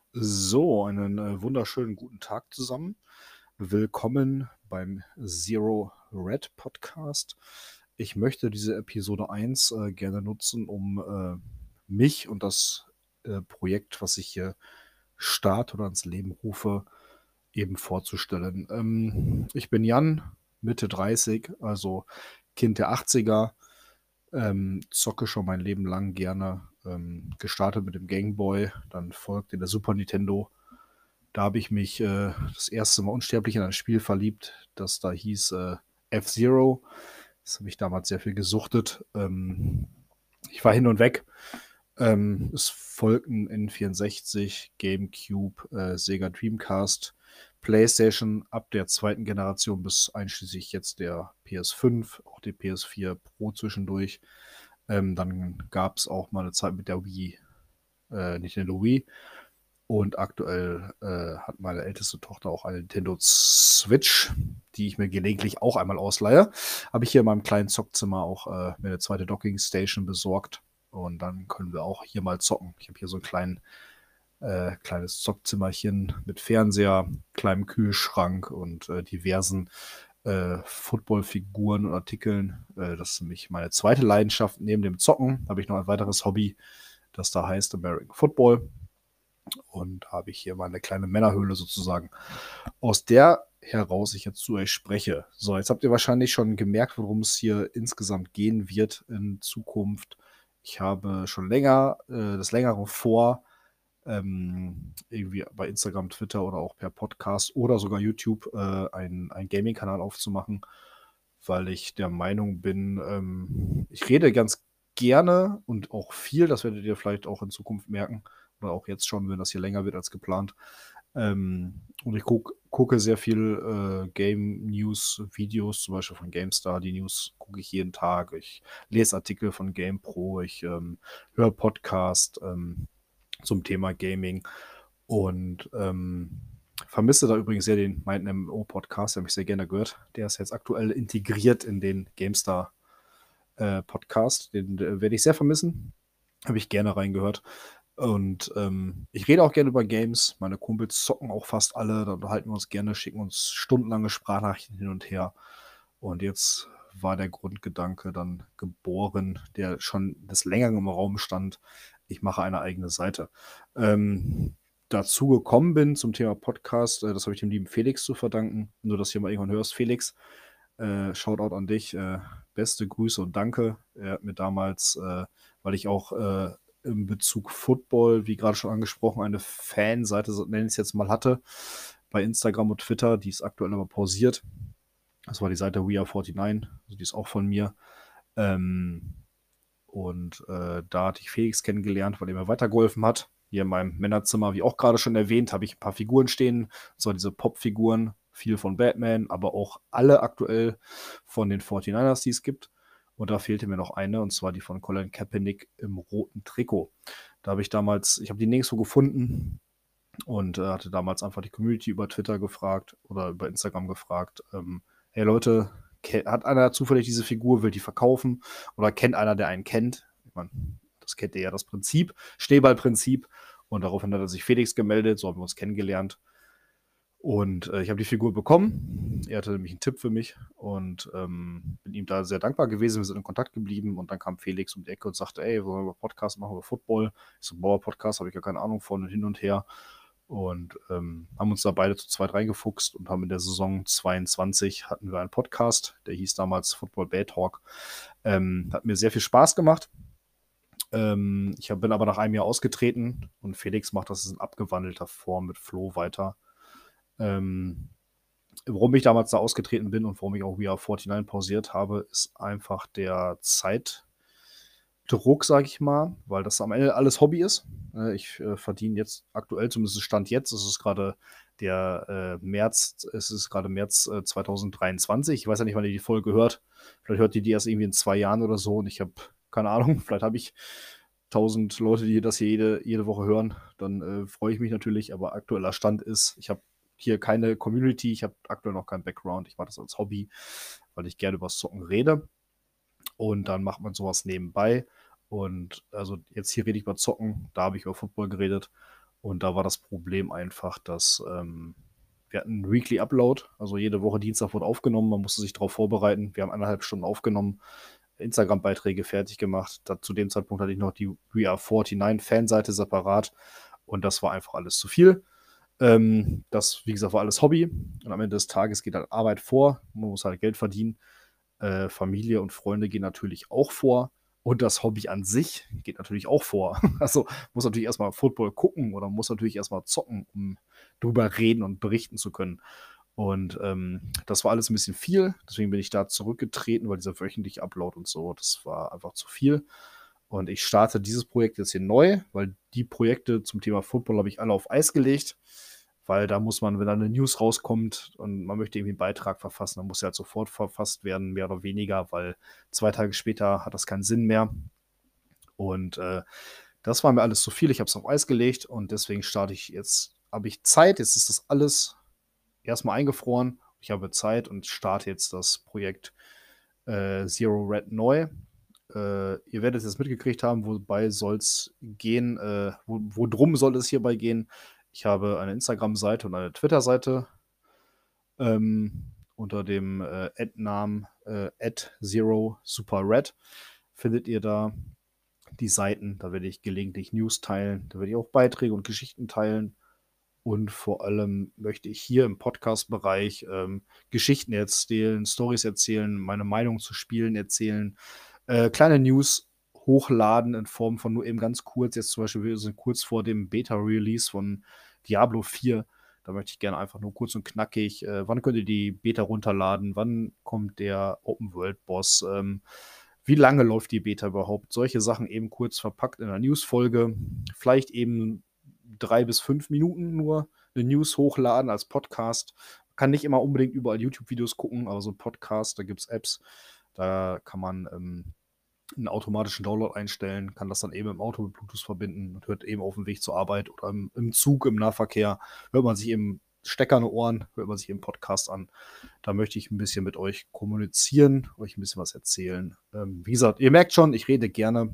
So, einen wunderschönen guten Tag zusammen. Willkommen beim Zero Red Podcast. Ich möchte diese Episode 1 gerne nutzen, um mich und das Projekt, was ich hier starte oder ins Leben rufe, eben vorzustellen. Ich bin Jan, Mitte 30, also Kind der 80er, zocke schon mein Leben lang gerne. Gestartet mit dem Game Boy, dann folgte der Super Nintendo. Da habe ich mich das erste Mal unsterblich in ein Spiel verliebt, das da hieß F-Zero. Das habe ich damals sehr viel gesuchtet. Ich war hin und weg. Es folgten N64, GameCube, Sega Dreamcast, PlayStation ab der zweiten Generation bis einschließlich jetzt der PS5, auch die PS4 Pro zwischendurch. Dann gab es auch mal eine Zeit mit der Wii, Nintendo Wii. Und aktuell hat meine älteste Tochter auch eine Nintendo Switch, die ich mir gelegentlich auch einmal ausleihe. Habe ich hier in meinem kleinen Zockzimmer auch mir eine zweite Docking Station besorgt. Und dann können wir auch hier mal zocken. Ich habe hier so ein kleines Zockzimmerchen mit Fernseher, kleinem Kühlschrank und diversen Footballfiguren und Artikeln. Das ist nämlich meine zweite Leidenschaft. Neben dem Zocken habe ich noch ein weiteres Hobby, das da heißt American Football. Und habe ich hier meine kleine Männerhöhle sozusagen, aus der heraus ich jetzt zu euch spreche. So, jetzt habt ihr wahrscheinlich schon gemerkt, worum es hier insgesamt gehen wird in Zukunft. Ich habe schon des Längeren vor, irgendwie bei Instagram, Twitter oder auch per Podcast oder sogar YouTube einen Gaming-Kanal aufzumachen, weil ich der Meinung bin, ich rede ganz gerne und auch viel, das werdet ihr vielleicht auch in Zukunft merken, oder auch jetzt schon, wenn das hier länger wird als geplant. Und ich gucke sehr viel Game News Videos, zum Beispiel von GameStar. Die News gucke ich jeden Tag. Ich lese Artikel von GamePro. Ich höre Podcast zum Thema Gaming und vermisse da übrigens sehr den meinen MMO-Podcast, der mich sehr gerne gehört. Der ist jetzt aktuell integriert in den GameStar Podcast. Den werde ich sehr vermissen. Habe ich gerne reingehört. Und ich rede auch gerne über Games. Meine Kumpels zocken auch fast alle. Da unterhalten wir uns gerne, schicken uns stundenlange Sprachnachrichten hin und her. Und jetzt war der Grundgedanke dann geboren, der schon des Längeren im Raum stand. Ich mache eine eigene Seite. Dazu gekommen bin zum Thema Podcast, das habe ich dem lieben Felix zu verdanken. Nur, dass du hier mal irgendwann hörst, Felix. Shoutout an dich. Beste Grüße und danke. Er hat mir damals, weil ich auch in Bezug Football, wie gerade schon angesprochen, eine Fanseite, so nenne ich es jetzt mal, hatte, bei Instagram und Twitter, die ist aktuell aber pausiert. Das war die Seite We Are 49, also die ist auch von mir. Ähm, und da hatte ich Felix kennengelernt, weil er mir weitergeholfen hat. Hier in meinem Männerzimmer, wie auch gerade schon erwähnt, habe ich ein paar Figuren stehen. Und zwar diese Pop-Figuren, viel von Batman, aber auch alle aktuell von den 49ers, die es gibt. Und da fehlte mir noch eine, und zwar die von Colin Kaepernick im roten Trikot. Da habe ich damals, ich habe die nirgendwo gefunden und hatte damals einfach die Community über Twitter gefragt oder über Instagram gefragt, hey Leute, hat einer zufällig diese Figur, will die verkaufen? Oder kennt einer, der einen kennt? Ich meine, das kennt ihr ja, das Prinzip, Schneeballprinzip. Und daraufhin hat er sich Felix gemeldet, so haben wir uns kennengelernt. Und ich habe die Figur bekommen. Er hatte nämlich einen Tipp für mich und bin ihm da sehr dankbar gewesen. Wir sind in Kontakt geblieben und dann kam Felix um die Ecke und sagte, ey, wollen wir Podcast machen über Football? Ich so, boah, Podcast, habe ich ja keine Ahnung von und hin und her. Und haben uns da beide zu zweit reingefuchst und haben in der Saison 22 hatten wir einen Podcast, der hieß damals Football Bay Talk. Hat mir sehr viel Spaß gemacht. Bin aber nach einem Jahr ausgetreten und Felix macht das in abgewandelter Form mit Flo weiter. Ähm, Warum ich damals da ausgetreten bin und warum ich auch wieder 49 pausiert habe, ist einfach der Zeitdruck, sage ich mal, weil das am Ende alles Hobby ist. Ich verdiene jetzt aktuell, zumindest Stand jetzt, es ist gerade März 2023. Ich weiß ja nicht, wann ihr die Folge hört. Vielleicht hört ihr die erst irgendwie in 2 Jahren oder so und ich habe keine Ahnung, vielleicht habe ich 1000 Leute, die das hier jede Woche hören. Dann freue ich mich natürlich, aber aktueller Stand ist, ich habe hier keine Community, ich habe aktuell noch keinen Background, ich mache das als Hobby, weil ich gerne über das Zocken rede und dann macht man sowas nebenbei und also jetzt hier rede ich über Zocken, da habe ich über Football geredet Und da war das Problem einfach, dass wir hatten einen Weekly Upload, also jede Woche Dienstag wurde aufgenommen, man musste sich darauf vorbereiten. Wir haben 1,5 Stunden aufgenommen, Instagram-Beiträge fertig gemacht. Zu dem Zeitpunkt hatte ich noch die We Are 49 Fanseite separat und das war einfach alles zu viel. Das, wie gesagt, war alles Hobby und am Ende des Tages geht halt Arbeit vor, man muss halt Geld verdienen. Familie und Freunde gehen natürlich auch vor. Und das Hobby an sich geht natürlich auch vor. Also muss natürlich erstmal Football gucken oder muss natürlich erstmal zocken, um drüber reden und berichten zu können. Und das war alles ein bisschen viel. Deswegen bin ich da zurückgetreten, weil dieser wöchentliche Upload und so, das war einfach zu viel. Und ich starte dieses Projekt jetzt hier neu, weil die Projekte zum Thema Football habe ich alle auf Eis gelegt. Weil da muss man, wenn da eine News rauskommt und man möchte irgendwie einen Beitrag verfassen, dann muss er halt sofort verfasst werden, mehr oder weniger, weil 2 Tage später hat das keinen Sinn mehr. Und das war mir alles zu viel. Ich habe es auf Eis gelegt und deswegen starte ich jetzt, habe ich Zeit. Jetzt ist das alles erstmal eingefroren. Ich habe Zeit und starte jetzt das Projekt Zero Red neu. Ihr werdet es jetzt mitgekriegt haben, wobei soll es gehen, drum soll es hierbei gehen. Ich habe eine Instagram-Seite und eine Twitter-Seite unter dem Ad-Namen @zero-super-red findet ihr da die Seiten. Da werde ich gelegentlich News teilen, da werde ich auch Beiträge und Geschichten teilen. Und vor allem möchte ich hier im Podcast-Bereich Geschichten erzählen, Stories erzählen, meine Meinung zu Spielen erzählen, kleine News hochladen in Form von nur eben ganz kurz. Jetzt zum Beispiel, wir sind kurz vor dem Beta-Release von Diablo 4. Da möchte ich gerne einfach nur kurz und knackig, wann könnt ihr die Beta runterladen? Wann kommt der Open-World-Boss? Wie lange läuft die Beta überhaupt? Solche Sachen eben kurz verpackt in einer News-Folge. Vielleicht eben 3 bis 5 Minuten nur eine News hochladen als Podcast. Man kann nicht immer unbedingt überall YouTube-Videos gucken, aber so ein Podcast, da gibt es Apps, da kann man einen automatischen Download einstellen, kann das dann eben im Auto mit Bluetooth verbinden und hört eben auf dem Weg zur Arbeit oder im Zug, im Nahverkehr, hört man sich eben Stecker in die Ohren, hört man sich eben Podcast an. Da möchte ich ein bisschen mit euch kommunizieren, euch ein bisschen was erzählen. Wie gesagt, ihr merkt schon, ich rede gerne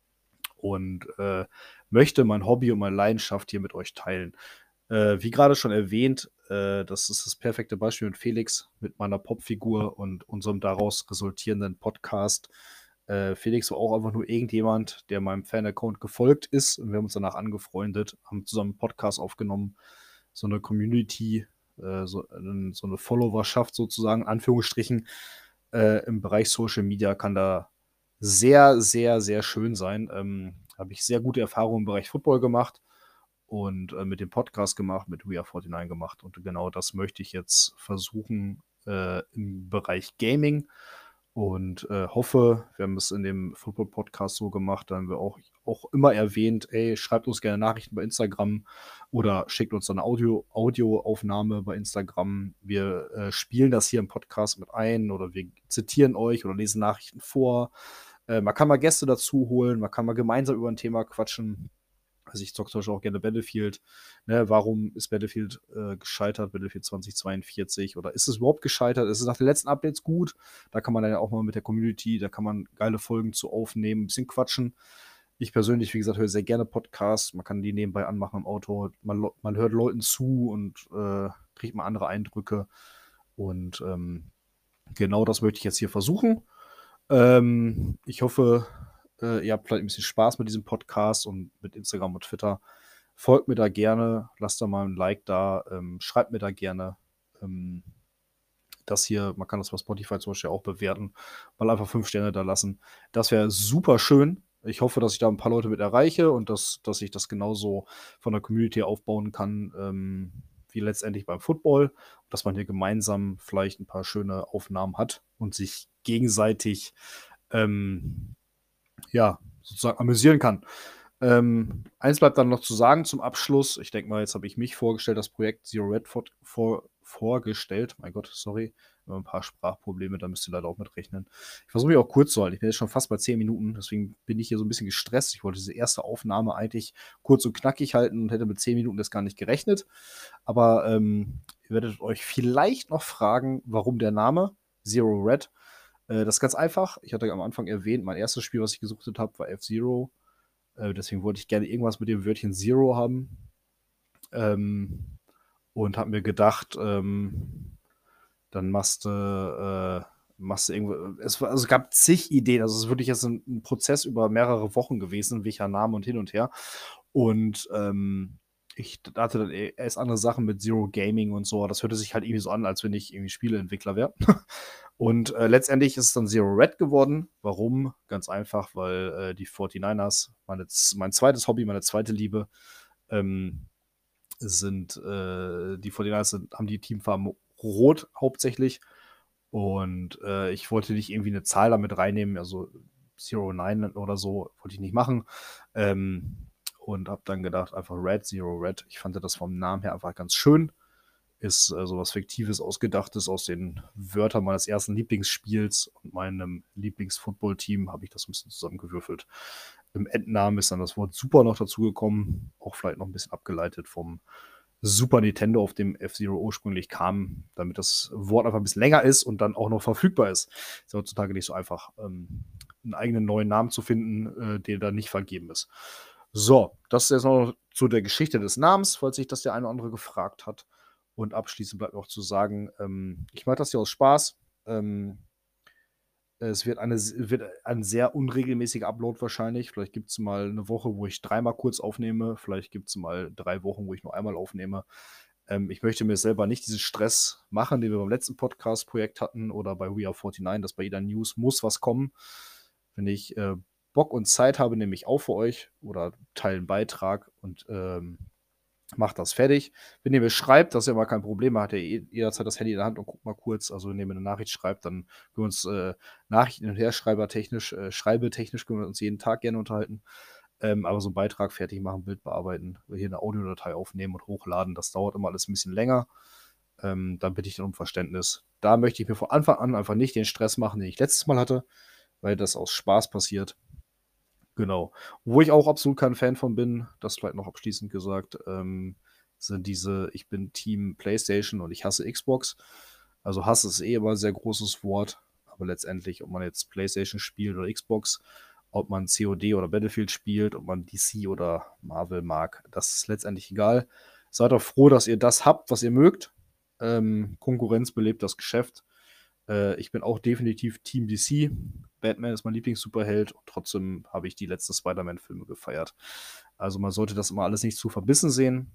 und möchte mein Hobby und meine Leidenschaft hier mit euch teilen. Wie gerade schon erwähnt, das ist das perfekte Beispiel mit Felix, mit meiner Popfigur und unserem daraus resultierenden Podcast. Felix war auch einfach nur irgendjemand, der meinem Fan-Account gefolgt ist und wir haben uns danach angefreundet, haben zusammen einen Podcast aufgenommen, so eine Community, so eine Followerschaft sozusagen, Anführungsstrichen, im Bereich Social Media kann da sehr, sehr, sehr schön sein. Habe ich sehr gute Erfahrungen im Bereich Football gemacht und mit dem Podcast gemacht, mit We Are 49 gemacht. Und genau das möchte ich jetzt versuchen im Bereich Gaming und hoffe, wir haben es in dem Football-Podcast so gemacht, da haben wir auch immer erwähnt, ey, schreibt uns gerne Nachrichten bei Instagram oder schickt uns eine Audioaufnahme bei Instagram. Wir spielen das hier im Podcast mit ein oder wir zitieren euch oder lesen Nachrichten vor. Man kann mal Gäste dazu holen, man kann mal gemeinsam über ein Thema quatschen. Also ich zocke zum Beispiel auch gerne Battlefield. Ne, warum ist Battlefield gescheitert, Battlefield 2042? Oder ist es überhaupt gescheitert? Ist es nach den letzten Updates gut? Da kann man dann ja auch mal mit der Community, da kann man geile Folgen zu aufnehmen, ein bisschen quatschen. Ich persönlich, wie gesagt, höre sehr gerne Podcasts. Man kann die nebenbei anmachen im Auto. Man hört Leuten zu und kriegt mal andere Eindrücke. Und genau das möchte ich jetzt hier versuchen. Ich hoffe, ihr habt vielleicht ein bisschen Spaß mit diesem Podcast und mit Instagram und Twitter. Folgt mir da gerne, lasst da mal ein Like da, schreibt mir da gerne. Das hier, man kann das bei Spotify zum Beispiel auch bewerten, mal einfach 5 Sterne da lassen. Das wäre super schön. Ich hoffe, dass ich da ein paar Leute mit erreiche und dass ich das genauso von der Community aufbauen kann, wie letztendlich beim Football. Dass man hier gemeinsam vielleicht ein paar schöne Aufnahmen hat und sich gegenseitig ja, sozusagen amüsieren kann. Eins bleibt dann noch zu sagen zum Abschluss. Ich denke mal, jetzt habe ich mich vorgestellt, das Projekt Zero Red vorgestellt. Mein Gott, sorry, wir haben ein paar Sprachprobleme, da müsst ihr leider auch mitrechnen. Ich versuche mich auch kurz zu halten. Ich bin jetzt schon fast bei 10 Minuten, deswegen bin ich hier so ein bisschen gestresst. Ich wollte diese erste Aufnahme eigentlich kurz und knackig halten und hätte mit 10 Minuten das gar nicht gerechnet. Aber ihr werdet euch vielleicht noch fragen, warum der Name Zero Red. Das ist ganz einfach. Ich hatte am Anfang erwähnt, mein erstes Spiel, was ich gesucht habe, war F-Zero. Deswegen wollte ich gerne irgendwas mit dem Wörtchen Zero haben. Und habe mir gedacht, dann machst du irgendwo. Also es gab zig Ideen. Also es ist wirklich jetzt ein Prozess über mehrere Wochen gewesen, welcher Name und hin und her. Und ich hatte dann erst andere Sachen mit Zero Gaming und so. Das hörte sich halt irgendwie so an, als wenn ich irgendwie Spieleentwickler wäre. Und letztendlich ist es dann Zero Red geworden. Warum? Ganz einfach, weil die 49ers, mein zweites Hobby, meine zweite Liebe, ähm, die 49ers haben die Teamfarben rot hauptsächlich. Und ich wollte nicht irgendwie eine Zahl damit reinnehmen, also 09 oder so, wollte ich nicht machen. Und habe dann gedacht, einfach Red, Zero Red. Ich fand das vom Namen her einfach ganz schön. Ist so was Fiktives, Ausgedachtes aus den Wörtern meines ersten Lieblingsspiels und meinem Lieblings-Football-Team habe ich das ein bisschen zusammengewürfelt. Im Endnamen ist dann das Wort Super noch dazugekommen, auch vielleicht noch ein bisschen abgeleitet vom Super Nintendo, auf dem F-Zero ursprünglich kam, damit das Wort einfach ein bisschen länger ist und dann auch noch verfügbar ist. Ist heutzutage nicht so einfach, einen eigenen neuen Namen zu finden, der dann nicht vergeben ist. So, das ist jetzt noch zu der Geschichte des Namens, falls sich das der eine oder andere gefragt hat. Und abschließend bleibt noch zu sagen, ich mache das hier aus Spaß. Es wird ein sehr unregelmäßiger Upload wahrscheinlich. Vielleicht gibt es mal eine Woche, wo ich dreimal kurz aufnehme. Vielleicht gibt es mal 3 Wochen, wo ich nur einmal aufnehme. Ich möchte mir selber nicht diesen Stress machen, den wir beim letzten Podcast-Projekt hatten oder bei We Are 49, dass bei jeder News muss was kommen. Wenn ich Bock und Zeit habe, nehme ich auf für euch oder teile einen Beitrag und macht das fertig. Wenn ihr mir schreibt, das ist ja mal kein Problem, man hat ja jederzeit das Handy in der Hand und guckt mal kurz. Also wenn ihr mir eine Nachricht schreibt, dann können wir uns Nachrichten hin und her schreibetechnisch können wir uns jeden Tag gerne unterhalten. Aber so einen Beitrag fertig machen, Bild bearbeiten, hier eine Audiodatei aufnehmen und hochladen, das dauert immer alles ein bisschen länger. Dann bitte ich dann um Verständnis. Da möchte ich mir von Anfang an einfach nicht den Stress machen, den ich letztes Mal hatte, weil das aus Spaß passiert. Genau. Wo ich auch absolut kein Fan von bin, das vielleicht noch abschließend gesagt, sind ich bin Team PlayStation und ich hasse Xbox. Also Hass ist eh immer ein sehr großes Wort, aber letztendlich, ob man jetzt PlayStation spielt oder Xbox, ob man COD oder Battlefield spielt, ob man DC oder Marvel mag, das ist letztendlich egal. Seid doch froh, dass ihr das habt, was ihr mögt. Konkurrenz belebt das Geschäft. Ich bin auch definitiv Team DC. Batman ist mein Lieblings-Superheld und trotzdem habe ich die letzten Spider-Man-Filme gefeiert. Also man sollte das immer alles nicht zu verbissen sehen.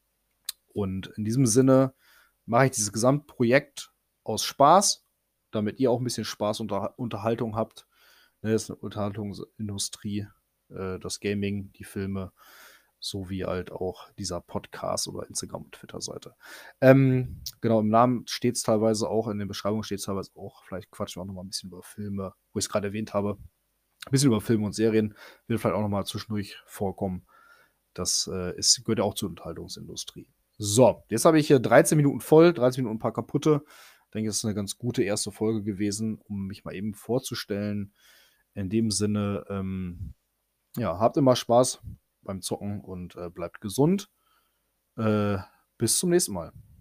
Und in diesem Sinne mache ich dieses Gesamtprojekt aus Spaß, damit ihr auch ein bisschen Spaß und Unterhaltung habt. Ne, das ist eine Unterhaltungsindustrie, das Gaming, die Filme, sowie halt auch dieser Podcast oder Instagram- und Twitter-Seite. Genau, im Namen steht es teilweise auch, in der Beschreibung steht es teilweise auch, vielleicht quatschen wir auch noch mal ein bisschen über Filme, wo ich es gerade erwähnt habe. Ein bisschen über Filme und Serien wird vielleicht auch noch mal zwischendurch vorkommen. Das gehört ja auch zur Unterhaltungsindustrie. So, jetzt habe ich hier 13 Minuten voll, 13 Minuten ein paar kaputte. Ich denke, das ist eine ganz gute erste Folge gewesen, um mich mal eben vorzustellen. In dem Sinne, ja, habt immer Spaß beim Zocken und bleibt gesund. Bis zum nächsten Mal.